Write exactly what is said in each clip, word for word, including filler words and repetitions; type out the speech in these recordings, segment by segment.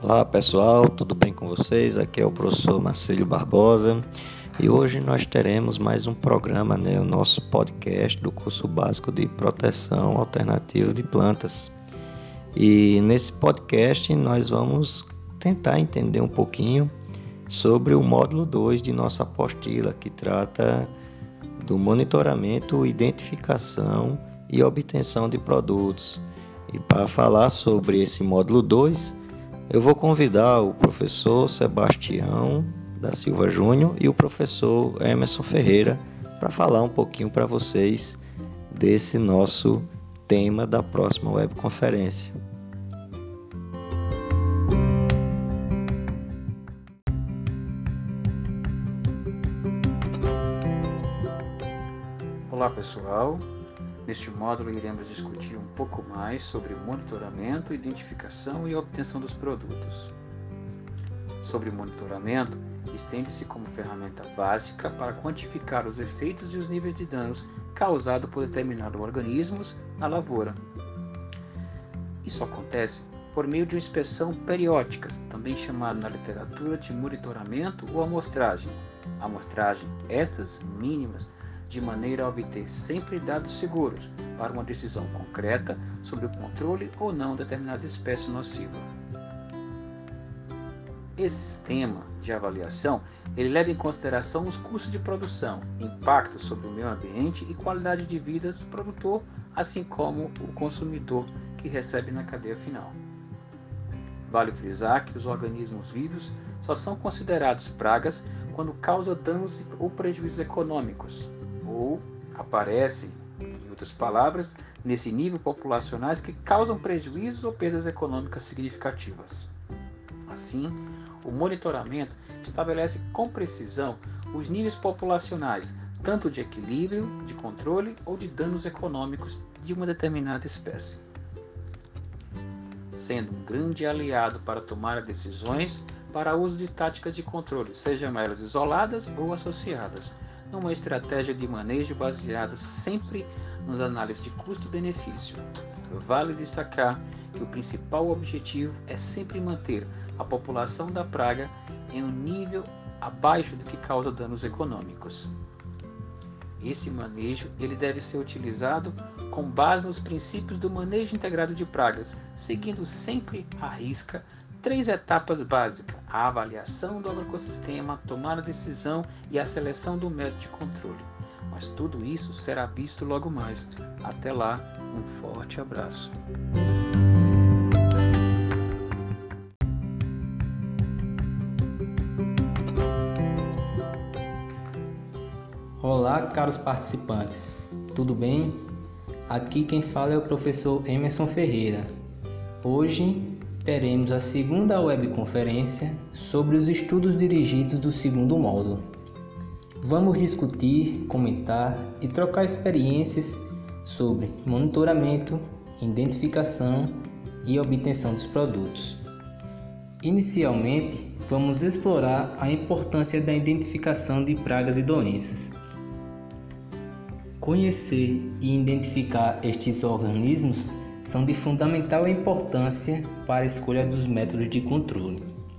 Olá pessoal, tudo bem com vocês? Aqui é o professor Marcelo Barbosa e hoje nós teremos mais um programa, né, o nosso podcast do curso básico de proteção alternativa de plantas. E nesse podcast nós vamos tentar entender um pouquinho sobre o módulo dois de nossa apostila, que trata do monitoramento, identificação e obtenção de produtos. E para falar sobre esse módulo dois, eu vou convidar o professor Sebastião da Silva Júnior e o professor Emerson Ferreira para falar um pouquinho para vocês desse nosso tema da próxima webconferência. Olá pessoal, neste módulo iremos discutir um pouco mais sobre monitoramento, identificação e obtenção dos produtos. Sobre monitoramento, estende-se como ferramenta básica para quantificar os efeitos e os níveis de danos causados por determinados organismos na lavoura. Isso acontece por meio de uma inspeção periódica, também chamada na literatura de monitoramento ou amostragem. Amostragem estas mínimas, de maneira a obter sempre dados seguros para uma decisão concreta sobre o controle ou não de determinada espécie nociva. Esse sistema de avaliação ele leva em consideração os custos de produção, impactos sobre o meio ambiente e qualidade de vida do produtor, assim como o consumidor que recebe na cadeia final. Vale frisar que os organismos vivos só são considerados pragas quando causam danos ou prejuízos econômicos, ou aparecem, em outras palavras, nesse nível populacionais que causam prejuízos ou perdas econômicas significativas. Assim, o monitoramento estabelece com precisão os níveis populacionais, tanto de equilíbrio, de controle ou de danos econômicos de uma determinada espécie, sendo um grande aliado para tomar decisões para uso de táticas de controle, sejam elas isoladas ou associadas, numa estratégia de manejo baseada sempre nas análises de custo-benefício. Vale destacar que o principal objetivo é sempre manter a população da praga em um nível abaixo do que causa danos econômicos. Esse manejo ele deve ser utilizado com base nos princípios do manejo integrado de pragas, seguindo sempre à risca três etapas básicas: a avaliação do agroecossistema, a tomada de decisão e a seleção do método de controle. Mas tudo isso será visto logo mais. Até lá, um forte abraço. Olá, caros participantes, tudo bem? Aqui quem fala é o professor Emerson Ferreira. Hoje teremos a segunda webconferência sobre os estudos dirigidos do segundo módulo. Vamos discutir, comentar e trocar experiências sobre monitoramento, identificação e obtenção dos produtos. Inicialmente, vamos explorar a importância da identificação de pragas e doenças. Conhecer e identificar estes organismos são de fundamental importância para a escolha dos métodos de controle,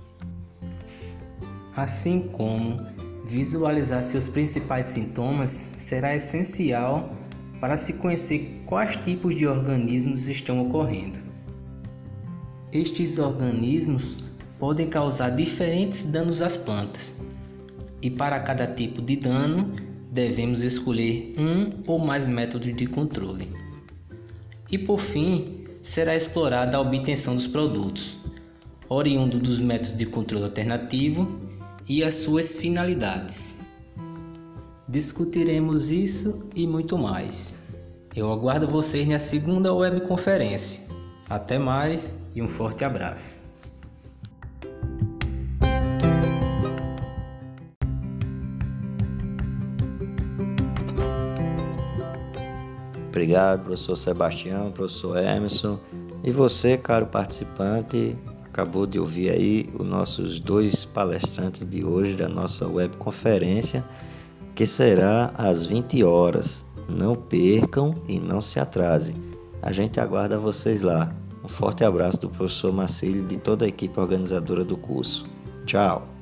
assim como visualizar seus principais sintomas será essencial para se conhecer quais tipos de organismos estão ocorrendo. Estes organismos podem causar diferentes danos às plantas, e para cada tipo de dano devemos escolher um ou mais métodos de controle. E por fim, será explorada a obtenção dos produtos, oriundo dos métodos de controle alternativo e as suas finalidades. Discutiremos isso e muito mais. Eu aguardo vocês na segunda webconferência. Até mais e um forte abraço. Obrigado, professor Sebastião, professor Emerson. E você, caro participante, acabou de ouvir aí os nossos dois palestrantes de hoje da nossa webconferência, que será às vinte horas. Não percam e não se atrasem. A gente aguarda vocês lá. Um forte abraço do professor Marcílio e de toda a equipe organizadora do curso. Tchau!